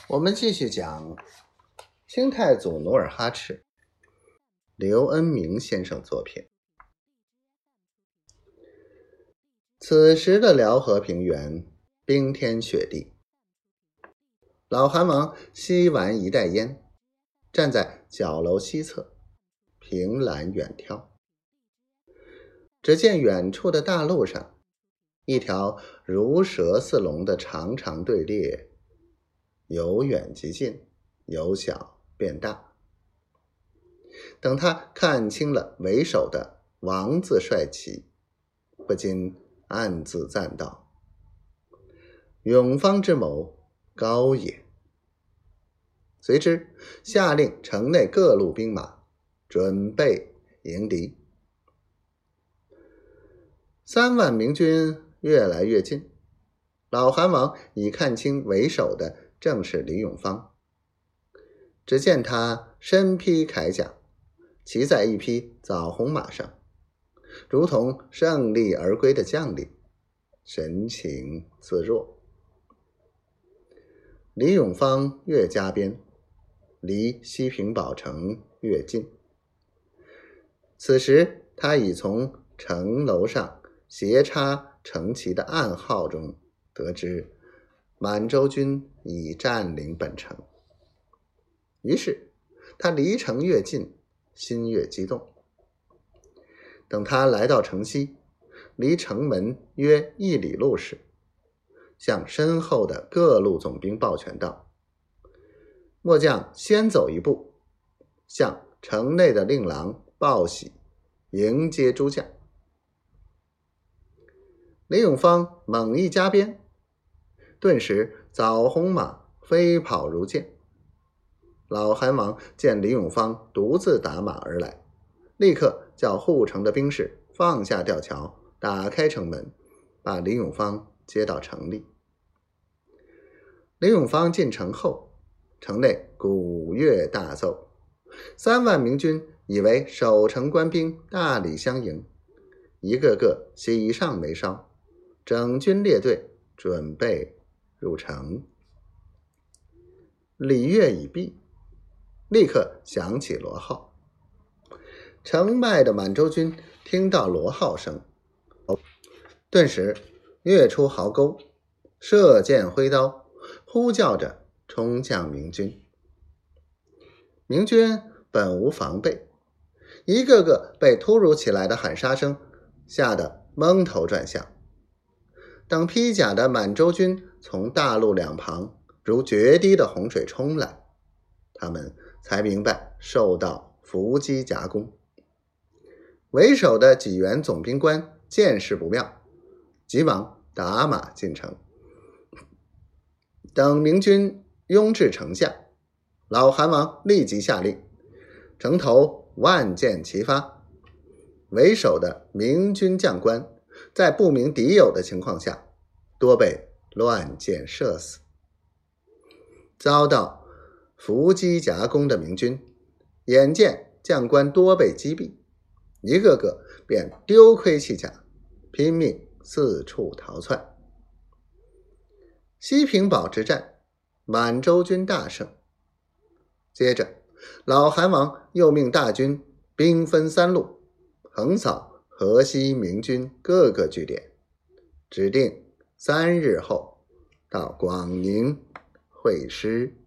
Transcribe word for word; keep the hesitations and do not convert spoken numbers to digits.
我们继续讲清太祖努尔哈赤，刘恩明先生作品。此时的辽河平原冰天雪地，老韩王吸完一袋烟，站在角楼西侧，凭栏远眺。只见远处的大路上，一条如蛇似龙的长长队列，由远及近，由小变大。等他看清了为首的王字帅旗，不禁暗自赞道：永芳之谋高也。随之下令城内各路兵马准备迎敌。三万明军越来越近，老韩王已看清为首的正是李永芳。只见他身披铠甲，骑在一匹枣红马上，如同胜利而归的将领，神情自若。李永芳越加边，离西平堡城越近。此时他已从城楼上斜插城旗的暗号中得知满洲军已占领本城，于是他离城越近，心越激动。等他来到城西，离城门约一里路时，向身后的各路总兵抱拳道：末将先走一步，向城内的令郎报喜，迎接诸将。李永芳猛一加鞭，顿时枣红马飞跑如箭。老韩王见李永芳独自打马而来，立刻叫护城的兵士放下吊桥，打开城门，把李永芳接到城里。李永芳进城后，城内鼓乐大奏，三万明军以为守城官兵大礼相迎，一个个喜上眉梢，整军列队准备入城。礼乐已毕，立刻响起锣号。城外的满洲军听到锣号声，顿时跃出壕沟，射箭挥刀，呼叫着冲向明军。明军本无防备，一个个被突如其来的喊杀声吓得蒙头转向。等披甲的满洲军从大路两旁如决堤的洪水冲来，他们才明白受到伏击夹攻。为首的几员总兵官见势不妙，急忙打马进城。等明军拥至城下，老韩王立即下令，城头万箭齐发。为首的明军将官在不明敌友的情况下，多被乱箭射死。遭到伏击夹攻的明军眼见将官多被击毙，一个个便丢盔弃甲，拼命四处逃窜。西平堡之战，满洲军大胜。接着老韩王又命大军兵分三路，横扫河西明军各个据点，指定三日后到广宁会师。